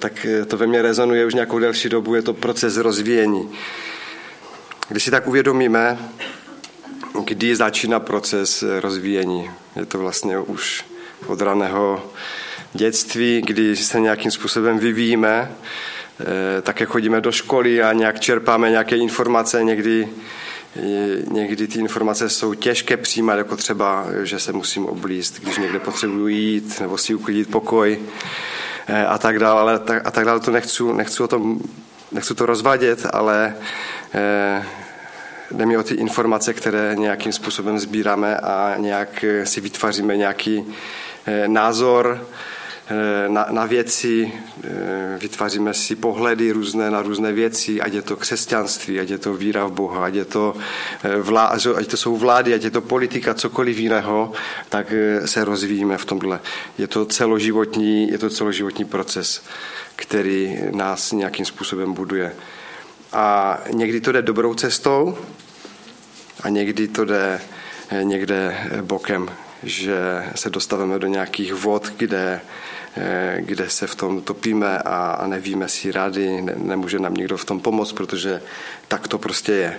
tak to ve mně rezonuje už nějakou delší dobu, je to proces rozvíjení. Když si tak uvědomíme, kdy začíná proces rozvíjení, je to vlastně už od raného dětstí, kdy se nějakým způsobem vyvíjíme, také chodíme do školy a nějak čerpáme nějaké informace, někdy ty informace jsou těžké přijímat, jako třeba, že se musím oblíct, když někde potřebuji jít, nebo si uklidit pokoj a tak dále. A tak dále to nechci to rozvádět, ale jde mi o ty informace, které nějakým způsobem sbíráme a nějak si vytváříme nějaký názor na věci, vytváříme si pohledy různé na různé věci, ať je to křesťanství, ať je to víra v Boha, ať to jsou vlády, ať je to politika, cokoliv jiného, tak se rozvíjíme v tomhle. Je to celoživotní proces, který nás nějakým způsobem buduje. A někdy to jde dobrou cestou a někdy to jde někde bokem, že se dostaneme do nějakých vod, kde se v tom topíme a nevíme si rady, nemůže nám nikdo v tom pomoct, protože tak to prostě je.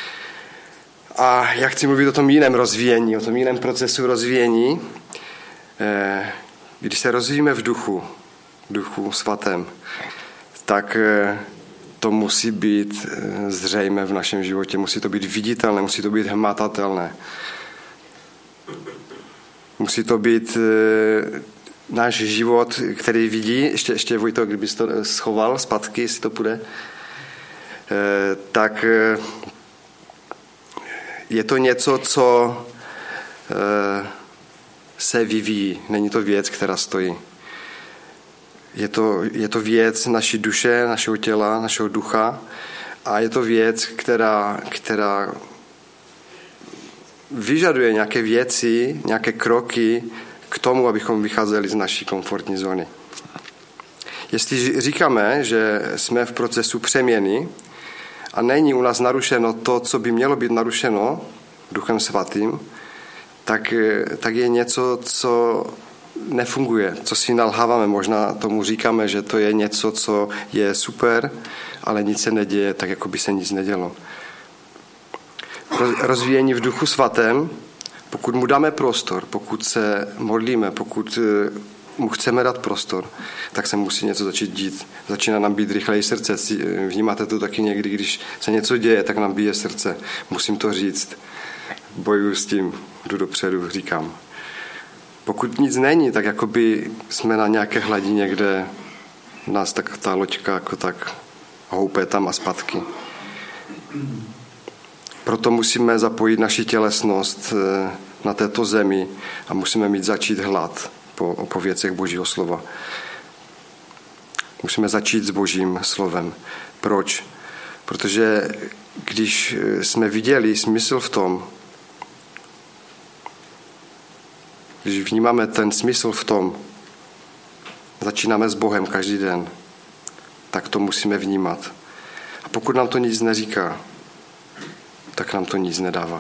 A já chci mluvit o tom jiném rozvíjení, o tom jiném procesu rozvíjení, když se rozvíjíme v duchu svatém, tak to musí být zřejmé v našem životě, musí to být viditelné, musí to být hmatatelné. Musí to být náš život, který vidí, ještě Vojto, kdybys to schoval zpátky, jestli to půjde, tak je to něco, co se vyvíjí. Není to věc, která stojí. Je to věc naší duše, našeho těla, našeho ducha a je to věc, která vyžaduje nějaké věci, nějaké kroky k tomu, abychom vycházeli z naší komfortní zóny. Jestli říkáme, že jsme v procesu přeměny a není u nás narušeno to, co by mělo být narušeno Duchem Svatým, tak je něco, co nefunguje, co si nalháváme. Možná tomu říkáme, že to je něco, co je super, ale nic se neděje, tak jako by se nic nedělo. Rozvíjení v Duchu Svatém, pokud mu dáme prostor, pokud se modlíme, pokud mu chceme dát prostor, tak se musí něco začít dít. Začíná nám být rychleji srdce. Vnímáte to taky někdy, když se něco děje, tak nám bije srdce. Musím to říct. Bojuju s tím, jdu dopředu, říkám. Pokud nic není, tak jakoby jsme na nějaké hladině, kde nás tak ta loďka jako tak houpe tam a zpátky. Proto musíme zapojit naši tělesnost na této zemi a musíme mít začít hlad po věcech Božího slova. Musíme začít s Božím slovem. Proč? Protože když jsme viděli smysl v tom, když vnímáme ten smysl v tom, začínáme s Bohem každý den, tak to musíme vnímat. A pokud nám to nic neříká, tak nám to nic nedává.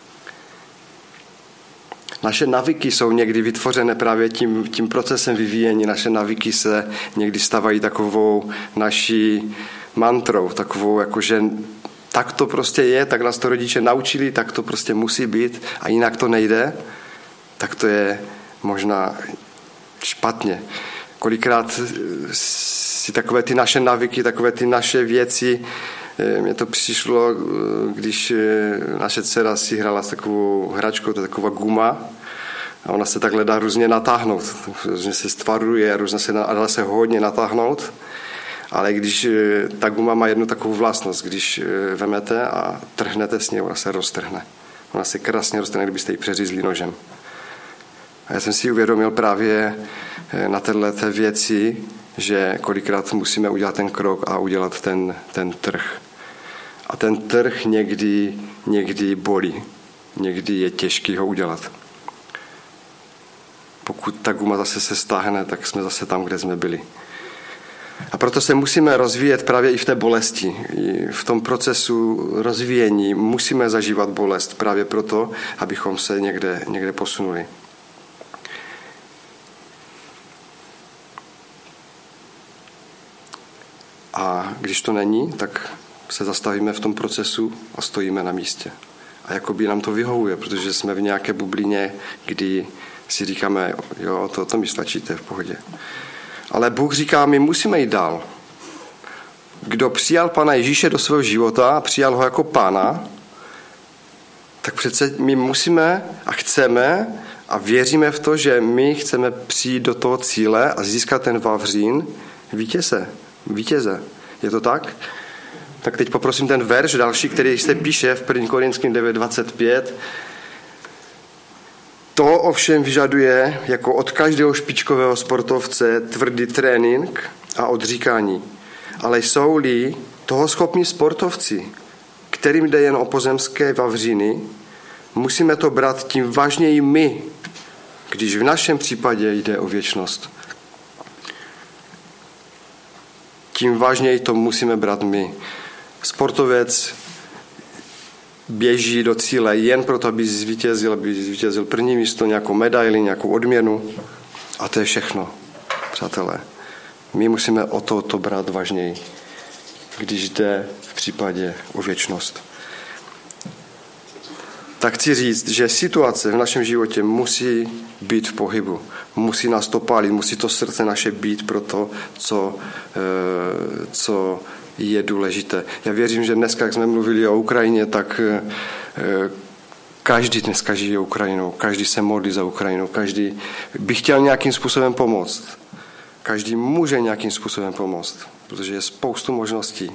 Naše navyky jsou někdy vytvořené právě tím procesem vyvíjení. Naše navyky se někdy stávají takovou naší mantrou, takovou jako, že tak to prostě je, tak nás to rodiče naučili, tak to prostě musí být a jinak to nejde, tak to je možná špatně. Kolikrát si takové ty naše navyky, takové ty naše věci, mně to přišlo, když naše dcera si hrála s takovou hračkou, to je taková guma a ona se takhle dá různě natáhnout. Různě se stvaruje, různě se dá se hodně natáhnout, ale když ta guma má jednu takovou vlastnost, když vemete a trhnete s ní, ona se roztrhne. Ona se krásně roztrhne, kdybyste ji přeřízli nožem. A já jsem si uvědomil právě na této věci, že kolikrát musíme udělat ten krok a udělat ten trh. A ten trh někdy bolí. Někdy je těžký ho udělat. Pokud ta guma zase se stáhne, tak jsme zase tam, kde jsme byli. A proto se musíme rozvíjet právě i v té bolesti. I v tom procesu rozvíjení musíme zažívat bolest právě proto, abychom se někde posunuli. A když to není, tak se zastavíme v tom procesu a stojíme na místě. A jakoby nám to vyhovuje, protože jsme v nějaké bublině, kdy si říkáme, jo, to mi stačí, to je v pohodě. Ale Bůh říká, my musíme jít dál. Kdo přijal Pána Ježíše do svého života a přijal ho jako Pána, tak přece my musíme a chceme a věříme v to, že my chceme přijít do toho cíle a získat ten vavřín vítěze. Je to tak? Tak teď poprosím ten verš další, který se píše v 1. Korinským 9:25. To ovšem vyžaduje jako od každého špičkového sportovce tvrdý trénink a odříkání. Ale jsou-li toho schopní sportovci, kterým jde jen o pozemské vavříny, musíme to brát tím vážněji my, když v našem případě jde o věčnost. Tím vážněji to musíme brát my. Sportovec běží do cíle jen proto, aby zvítězil první místo, nějakou medaili, nějakou odměnu. A to je všechno, přátelé. My musíme o to brát vážněji, když jde v případě o věčnost. Tak chci říct, že situace v našem životě musí být v pohybu. Musí nás to pálit, musí to srdce naše být pro to, co je důležité. Já věřím, že dneska, jak jsme mluvili o Ukrajině, tak každý dneska žije Ukrajinou, každý se modlí za Ukrajinu, každý by chtěl nějakým způsobem pomoct. Každý může nějakým způsobem pomoct, protože je spoustu možností.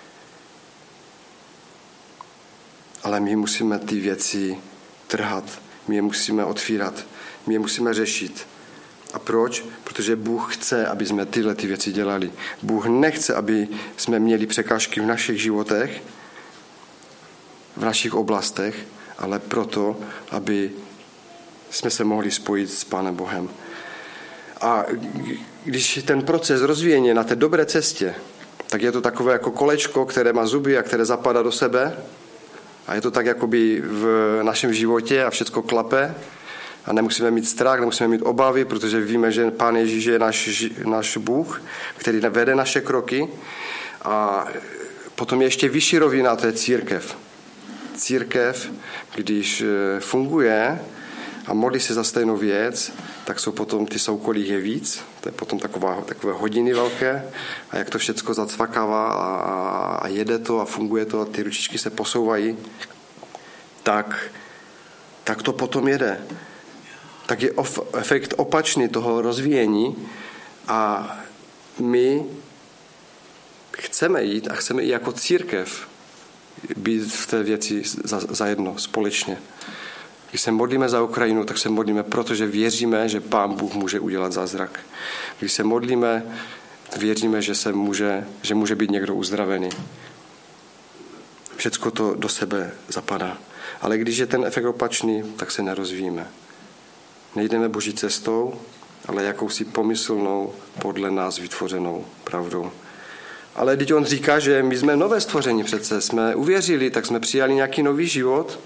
Ale my musíme ty věci trhat, my je musíme otvírat, my je musíme řešit. A proč? Protože Bůh chce, aby jsme tyhle ty věci dělali. Bůh nechce, aby jsme měli překážky v našich životech, v našich oblastech, ale proto, aby jsme se mohli spojit s Pánem Bohem. A když ten proces rozvíjení je na té dobré cestě, tak je to takové jako kolečko, které má zuby a které zapadá do sebe. A je to tak jakoby v našem životě a všecko klape. A nemusíme mít strach, nemusíme mít obavy, protože víme, že Pán Ježíš je náš Bůh, který vede naše kroky. A potom je ještě vyšší rovina, to je církev. Církev, když funguje a modlí se za stejnou věc, tak jsou potom ty soukolí je víc, to je potom takové hodiny velké a jak to všecko zacvakává a jede to a funguje to a ty ručičky se posouvají, tak to potom jede. Tak je efekt opačný toho rozvíjení a my chceme jít a chceme i jako církev být v té věci zajedno, společně. Když se modlíme za Ukrajinu, tak se modlíme, protože věříme, že Pán Bůh může udělat zázrak. Když se modlíme, věříme, že může být někdo uzdravený. Všecko to do sebe zapadá. Ale když je ten efekt opačný, tak se nerozvíjíme. Nejdeme Boží cestou, ale jakousi pomyslnou, podle nás vytvořenou pravdou. Ale když on říká, že my jsme nové stvoření přece, jsme uvěřili, tak jsme přijali nějaký nový život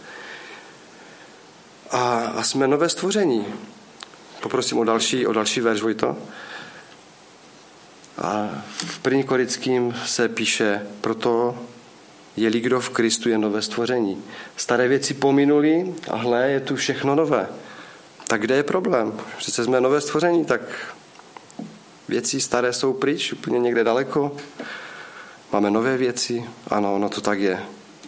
a jsme nové stvoření. Poprosím o další verš, Vojto. A v 1. Korinským se píše, proto je-li kdo v Kristu je nové stvoření. Staré věci pominuli a hle, je tu všechno nové. Tak kde je problém? Přece jsme nové stvoření, tak věci staré jsou pryč, úplně někde daleko. Máme nové věci, ano, ono to tak je.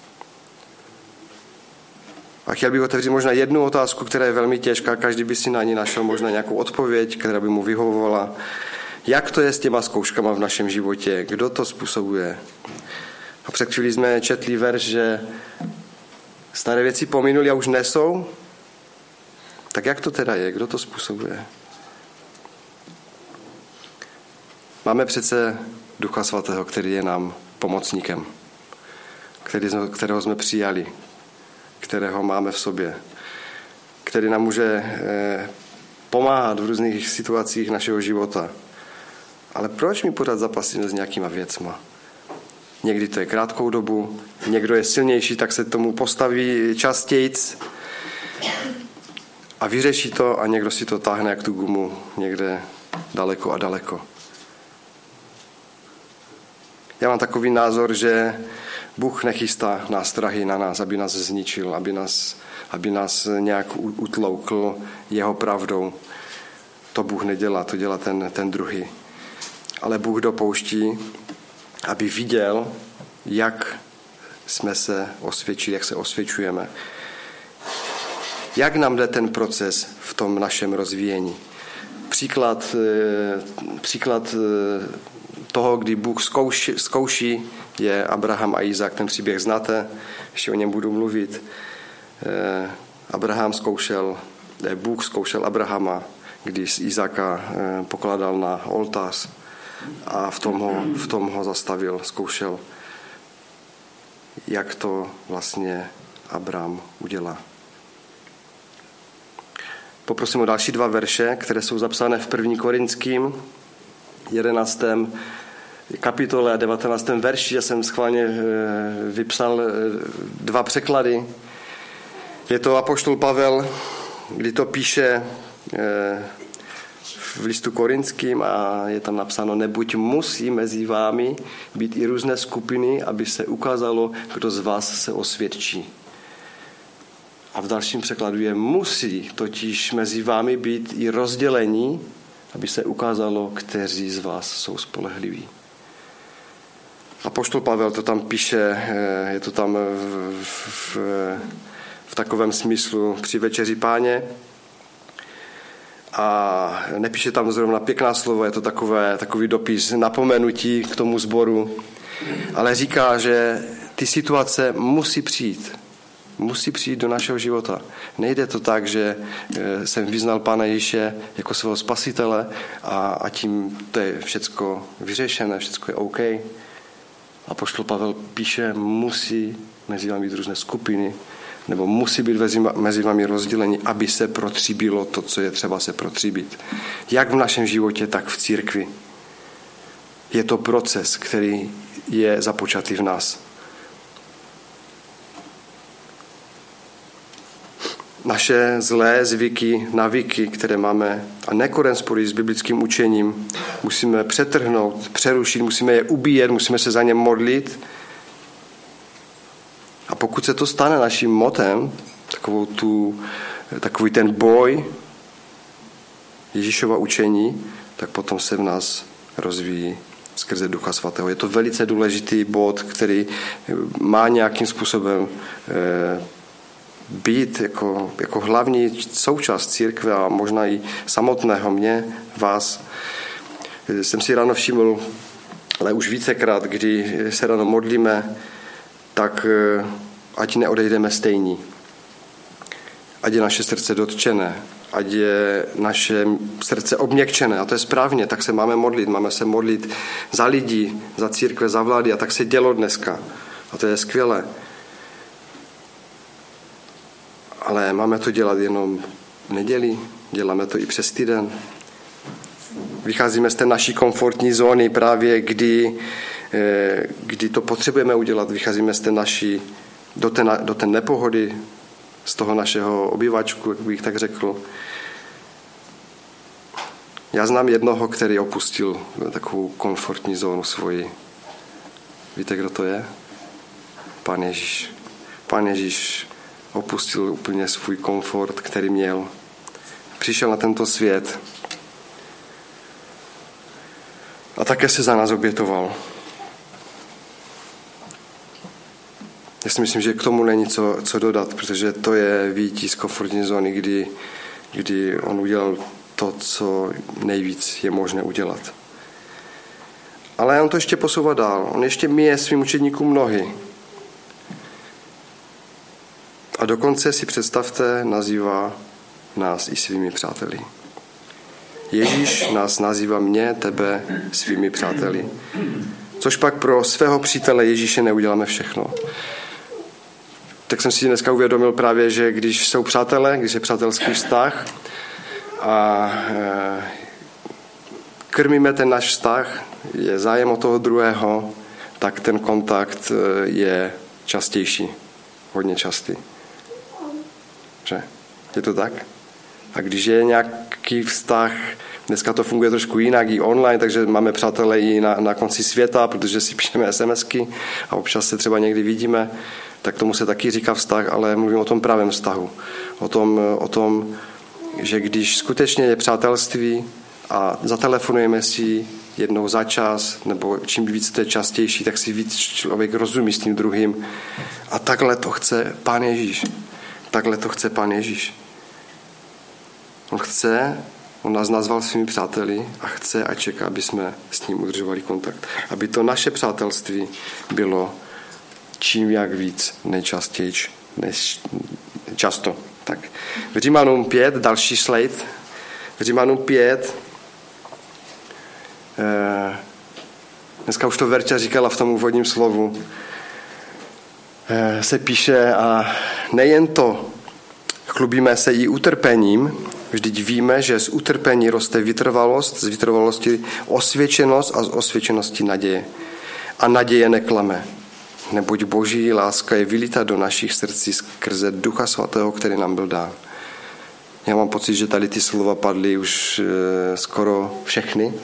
A chtěl bych otevřít možná jednu otázku, která je velmi těžká, každý by si na ní našel možná nějakou odpověď, která by mu vyhovovala. Jak to je s těma zkouškama v našem životě? Kdo to způsobuje? A před chvílí jsme četli verš, že staré věci pominuli a už nesou. Tak jak to teda je? Kdo to způsobuje? Máme přece Ducha Svatého, který je nám pomocníkem, kterého jsme přijali, kterého máme v sobě, který nám může pomáhat v různých situacích našeho života. Ale proč mi pořád zapasíme s nějakýma věcma? Někdy to je krátkou dobu, někdo je silnější, tak se tomu postaví častějc a vyřeší to a někdo si to táhne jak tu gumu někde daleko a daleko. Já mám takový názor, že Bůh nechystá nástrahy na nás, aby nás zničil, aby nás nějak utloukl jeho pravdou. To Bůh nedělá, to dělá ten druhý. Ale Bůh dopouští, aby viděl, jak jsme se osvědčili, jak se osvědčujeme. Jak nám jde ten proces v tom našem rozvíjení. Příklad toho, kdy Bůh zkouší, je Abraham a Izák. Ten příběh znáte, ještě o něm budu mluvit. Bůh zkoušel Abrahama, když Izáka pokládal na oltář a v tom ho zastavil, zkoušel, jak to vlastně Abraham udělá. Poprosím o další 2 verše, které jsou zapsané v 1. Korinským 11. kapitole a 19. verši. Já jsem schválně vypsal 2 překlady. Je to apoštol Pavel, kdy to píše v listu Korinským a je tam napsáno: nebuď musí mezi vámi být i různé skupiny, aby se ukázalo, kdo z vás se osvědčí. A v dalším překladu je: musí totiž mezi vámi být i rozdělení, aby se ukázalo, kteří z vás jsou spolehliví. Apoštol Pavel to tam píše, je to tam v takovém smyslu při večeři Páně. A nepíše tam zrovna pěkná slova, je to takový dopis napomenutí k tomu sboru. Ale říká, že ty situace musí přijít do našeho života. Nejde to tak, že jsem vyznal Pána Ježíše jako svého spasitele a tím to je všecko vyřešené, všecko je OK. Apoštol Pavel píše, musí mezi vámi být různé skupiny, nebo musí být mezi vámi rozdělení, aby se protříbilo to, co je třeba se protříbit. Jak v našem životě, tak v církvi. Je to proces, který je započatý v nás. Naše zlé zvyky, navyky, které máme a nekorespondují s biblickým učením, musíme přetrhnout, přerušit, musíme je ubíjet, musíme se za ně modlit. A pokud se to stane naším motem, takový ten boj Ježíšova učení, tak potom se v nás rozvíjí skrze Ducha Svatého. Je to velice důležitý bod, který má nějakým způsobem být jako hlavní součást církve a možná i samotného mě, vás. Jsem si ráno všiml, ale už vícekrát, kdy se ráno modlíme, tak ať neodejdeme stejní. Ať je naše srdce dotčené, ať je naše srdce obměkčené. A to je správně, tak se máme modlit. Máme se modlit za lidi, za církve, za vlády. A tak se dělo dneska. A to je skvělé. Ale máme to dělat jenom v neděli, děláme to i přes týden. Vycházíme z té naší komfortní zóny právě, kdy to potřebujeme udělat. Vycházíme z té naší, do té nepohody, z toho našeho obývačku, jak bych tak řekl. Já znám jednoho, který opustil takovou komfortní zónu svoji. Víte, kdo to je? Pán Ježíš. Pán Ježíš opustil úplně svůj komfort, který měl. Přišel na tento svět a také se za nás obětoval. Já si myslím, že k tomu není co dodat, protože to je výjití z komfortní zóny, kdy on udělal to, co nejvíc je možné udělat. Ale on to ještě posouvá dál. On ještě myje svým učedníkům nohy. A dokonce si představte, nazývá nás i svými přáteli. Ježíš nás nazývá mě, tebe, svými přáteli. Což pak pro svého přítele Ježíše neuděláme všechno. Tak jsem si dneska uvědomil právě, že když jsou přátelé, když je přátelský vztah a krmíme ten náš vztah, je zájem o toho druhého, tak ten kontakt je častější, hodně častý. Že? Je to tak? A když je nějaký vztah, Dneska to funguje trošku jinak i online, takže máme přátelé i na konci světa, protože si píšeme SMSky a občas se třeba někdy vidíme, tak tomu se taky říká vztah, ale mluvím o tom pravém vztahu. O tom, že když skutečně je přátelství a zatelefonujeme si jednou za čas, nebo čím víc to je častější, tak si víc člověk rozumí s tím druhým. A takhle to chce Pán Ježíš. Takhle to chce Pán Ježíš. On nás nazval svými přáteli a chce a čeká, aby jsme s ním udržovali kontakt. Aby to naše přátelství bylo čím jak víc nejčastěji, často. Tak. V Římanům 5, další slide. V Římanům 5, dneska už to Verča říkala v tom úvodním slovu, se píše a nejen to, chlubíme se i utrpením, vždyť víme, že z utrpení roste vytrvalost, z vytrvalosti osvědčenost a z osvědčenosti naděje. A naděje neklame, neboť Boží láska je vylita do našich srdcí skrze Ducha Svatého, který nám byl dán. Já mám pocit, že tady ty slova padly už skoro všechny.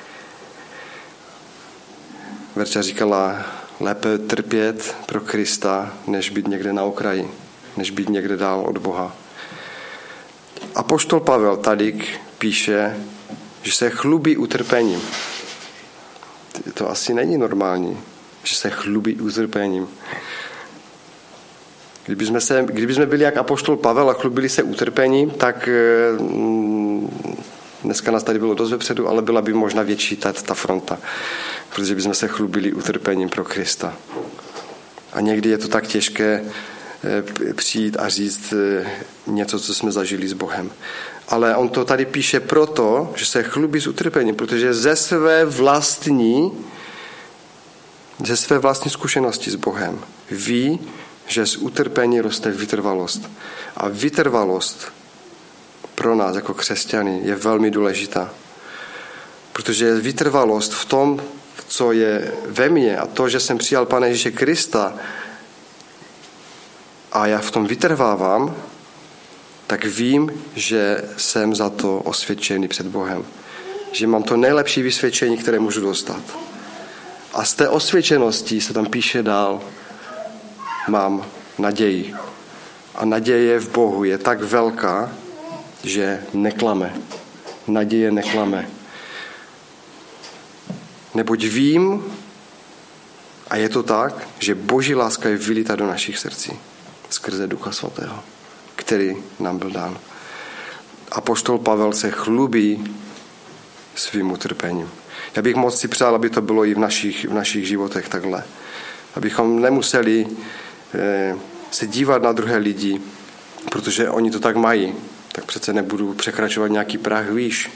Verča říkala, lépe trpět pro Krista, než být někde na okraji, než být někde dál od Boha. Apoštol Pavel tady píše, že se chlubí utrpením. To asi není normální, že se chlubí utrpením. Kdyby jsme byli jak apoštol Pavel a chlubili se utrpením, tak dneska nás tady bylo dost vepředu, ale byla by možná větší ta fronta, protože bychom se chlubili utrpením pro Krista. A někdy je to tak těžké přijít a říct něco, co jsme zažili s Bohem. Ale on to tady píše proto, že se chlubí s utrpením, protože ze své vlastní zkušenosti s Bohem ví, že z utrpení roste vytrvalost. A vytrvalost pro nás jako křesťany je velmi důležitá. Protože vytrvalost v tom, co je ve mně a to, že jsem přijal Pana Ježíše Krista a já v tom vytrvávám, tak vím, že jsem za to osvědčený před Bohem. Že mám to nejlepší vysvědčení, které můžu dostat. A z té osvědčenosti se tam píše dál, mám naději. A naděje v Bohu je tak velká, že neklame. Naděje neklame. Neboť vím, a je to tak, že Boží láska je vylita do našich srdcí skrze Ducha Svatého, který nám byl dán. Apoštol Pavel se chlubí svým utrpením. Já bych moc si přál, aby to bylo i v našich životech takhle. Abychom nemuseli se dívat na druhé lidi, protože oni to tak mají. Tak přece nebudu překračovat nějaký prah výš.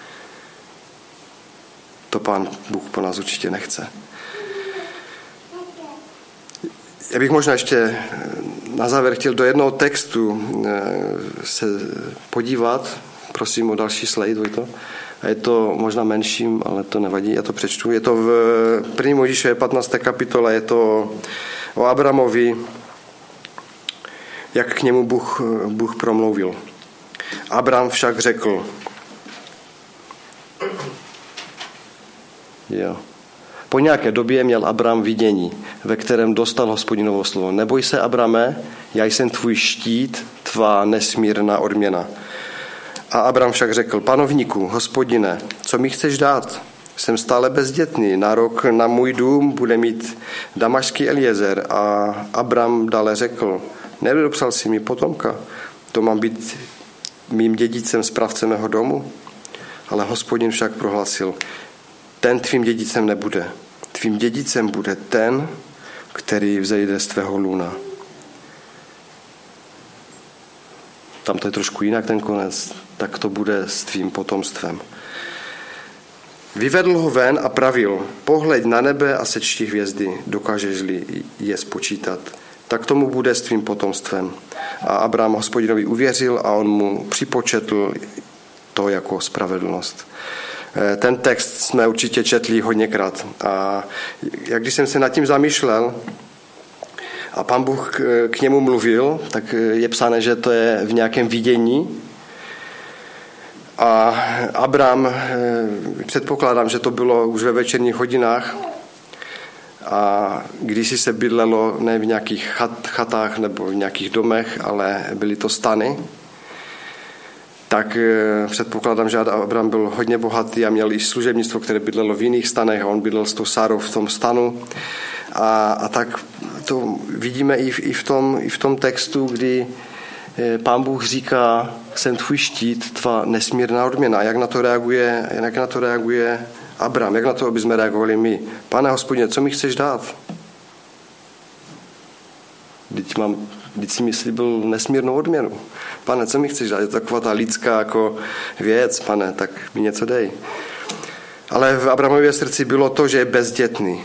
To Pán Bůh po nás určitě nechce. Já bych možná ještě na závěr chtěl do jednoho textu se podívat. Prosím o další slide, Vojto. A je to možná menším, ale to nevadí, já to přečtu. Je to v 1. Mojžíšově 15. kapitole, je to o Abramovi, jak k němu Bůh promluvil. Abram však řekl, po nějaké době měl Abram vidění, ve kterém dostal Hospodinovo slovo. Neboj se, Abrame, já jsem tvůj štít, tvá nesmírná odměna. A Abram však řekl, panovníku, Hospodine, co mi chceš dát? Jsem stále bezdětný, nárok na můj dům bude mít damašský Eliezer. A Abram dále řekl, nedopsal si mi potomka, to mám být mým dědicem, správcem mého domu? Ale Hospodin však prohlásil, ten tvým dědicem nebude. Tvým dědicem bude ten, který vzejde z tvého lůna. Tam to je trošku jinak ten konec, tak to bude s tvým potomstvem. Vyvedl ho ven a pravil, pohleď na nebe a sečti hvězdy, dokážeš-li je spočítat. Tak tomu bude s tvým potomstvem. A Abraham Hospodinovi uvěřil a on mu připočetl to jako spravedlnost. Ten text jsme určitě četli hodněkrát. A když jsem se nad tím zamýšlel a Pán Bůh k němu mluvil, tak je psáno, že to je v nějakém vidění. A Abram, předpokládám, že to bylo už ve večerních hodinách, a když se bydlelo ne v nějakých chatách nebo v nějakých domech, ale byly to stany, tak předpokládám, že Abram byl hodně bohatý a měl i služebnictvo, které bydlelo v jiných stanech a on bydlel s tou Sárou v tom stanu. A tak to vidíme i v tom textu, kdy Pán Bůh říká, jsem tvůj štít, tvá nesmírná odměna. Jak na to reaguje Abram? Jak na to bychom reagovali my? Pane Hospodine, co mi chceš dát? Vždyť jsi mi slíbil nesmírnou odměnu. Pane, co mi chceš dát? Je to taková ta lidská jako věc, pane, tak mi něco dej. Ale v Abramově srdci bylo to, že je bezdětný.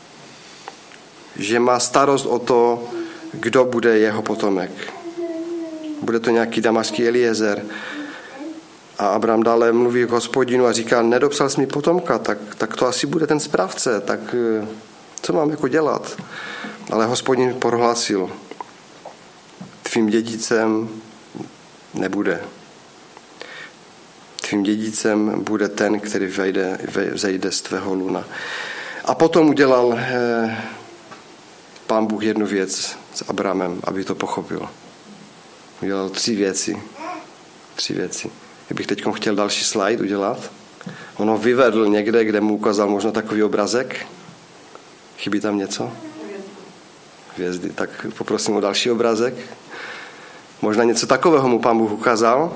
Že má starost o to, kdo bude jeho potomek. Bude to nějaký damašský Eliezer. A Abram dále mluví k Hospodinu a říká, nedopsal jsi mi potomka, tak to asi bude ten správce, tak co mám jako dělat? Ale Hospodin prohlásil, tvým dědicem nebude. Tvým dědicem bude ten, který vzejde z tvého luna. A potom udělal Pán Bůh jednu věc s Abramem, aby to pochopil. Udělal 3 věci. Kdybych teď chtěl další slide udělat. On ho vyvedl někde, kde mu ukázal možná takový obrazek. Chybí tam něco? Hvězdy. Tak poprosím o další obrazek. Možná něco takového mu Pán Bůh ukázal.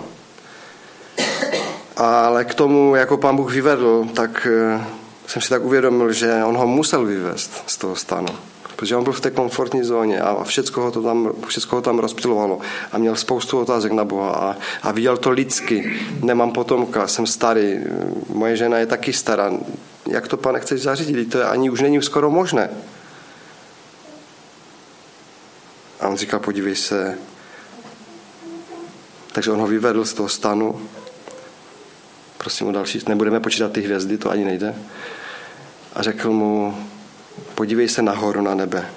Ale k tomu, jako Pán Bůh vyvedl, tak jsem si tak uvědomil, že on ho musel vyvést z toho stanu. Protože on byl v té komfortní zóně a všechno ho tam rozptylovalo a měl spoustu otázek na Boha a viděl to lidsky. Nemám potomka, jsem starý, moje žena je taky stará. Jak to, Pane, chceš zařídit? To ani už není skoro možné. A on říkal, podívej se. Takže on ho vyvedl z toho stanu. Prosím o další. Nebudeme počítat ty hvězdy, to ani nejde. A řekl mu, podívej se nahoru na nebe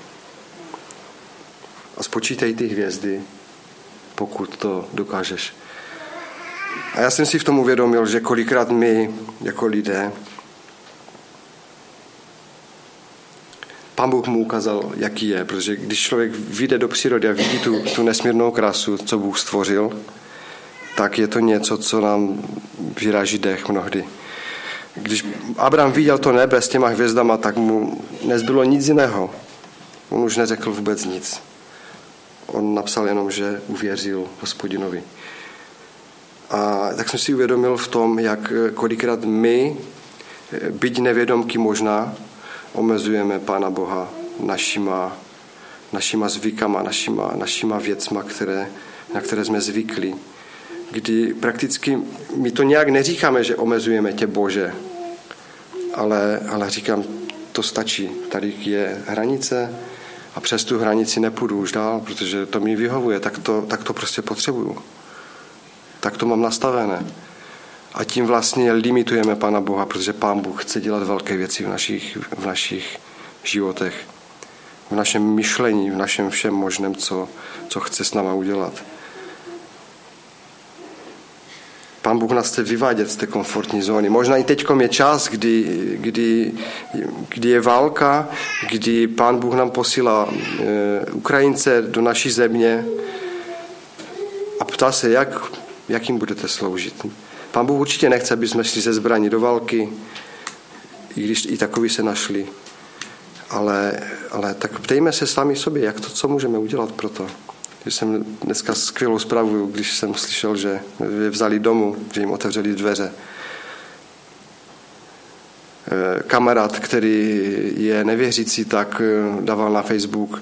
a spočítej ty hvězdy, pokud to dokážeš. A já jsem si v tom uvědomil, že kolikrát my, jako lidé, Pán Bůh mu ukázal, jaký je, protože když člověk vyjde do přírody a vidí tu nesmírnou krásu, co Bůh stvořil, tak je to něco, co nám vyráží dech mnohdy. Když Abram viděl to nebe s těma hvězdama, tak mu nezbylo nic jiného. On už neřekl vůbec nic. On napsal jenom, že uvěřil Hospodinovi. A tak jsem si uvědomil v tom, jak kolikrát my, byť nevědomky možná, omezujeme Pána Boha našima zvykama, našima věcma, na které jsme zvykli. Kdy prakticky my to nějak neříkáme, že omezujeme tě, Bože, ale říkám, to stačí. Tady je hranice a přes tu hranici nepůjdu už dál, protože to mi vyhovuje, tak to prostě potřebuju. Tak to mám nastavené. A tím vlastně limitujeme Pána Boha, protože Pán Bůh chce dělat velké věci v našich životech, v našem myšlení, v našem všem možném, co chce s náma udělat. Pán Bůh nás chce vyvádět z té komfortní zóny. Možná i teďkom je čas, kdy je válka, kdy Pán Bůh nám posílá Ukrajince do naší země a ptá se, jak jim budete sloužit. Pán Bůh určitě nechce, aby jsme šli ze zbraní do války, i když i takový se našli. Ale tak ptejme se sami sobě, co můžeme udělat pro to. Když jsem dneska skvělou zprávu, když jsem slyšel, že je vzali domů, že jim otevřeli dveře. Kamarád, který je nevěřící, tak dával na Facebook,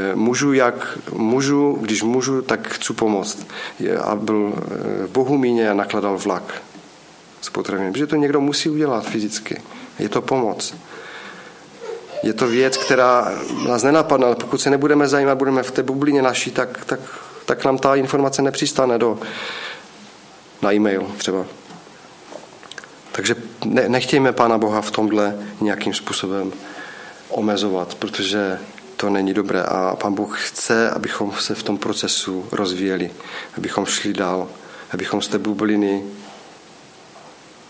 když můžu, tak chci pomoct. A byl v Bohumíně a nakladal vlak s potravinami. Protože to někdo musí udělat fyzicky. Je to pomoc. Je to věc, která nás nenapadne, ale pokud se nebudeme zajímat, budeme v té bublině naší, tak nám ta informace nepřistane na e-mail třeba. Takže nechtějme Pána Boha v tomhle nějakým způsobem omezovat, protože to není dobré. A Pán Bůh chce, abychom se v tom procesu rozvíjeli, abychom šli dál, abychom z té bubliny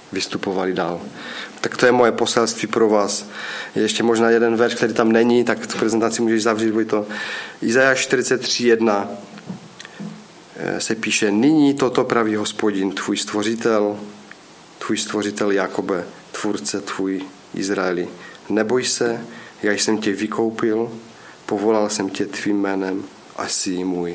vystupovali dál. Tak to je moje poselství pro vás. Je ještě možná jeden verš, který tam není, tak tu prezentaci můžeš zavřít, bude to Izajáš 43:1 se píše: Nyní toto praví Hospodin, tvůj stvořitel Jakobe, tvůrce tvůj Izraeli. Neboj se, já jsem tě vykoupil, povolal jsem tě tvým jménem a jsi můj.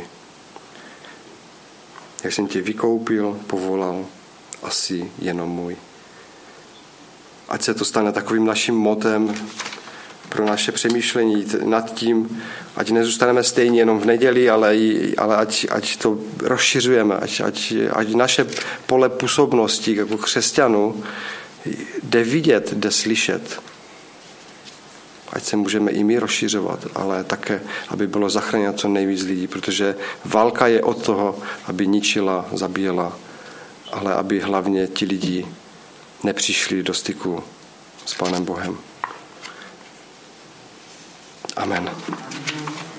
Já jsem tě vykoupil, povolal a jsi jenom můj. Ať se to stane takovým naším motem pro naše přemýšlení nad tím, ať nezůstaneme stejně jenom v neděli, ale ať to rozšiřujeme, ať naše pole působnosti jako křesťanů jde vidět, jde slyšet. Ať se můžeme i my rozšiřovat, ale také, aby bylo zachráněno co nejvíc lidí, protože válka je od toho, aby ničila, zabíjela, ale aby hlavně ti lidi nepřišli do styku s Pánem Bohem. Amen.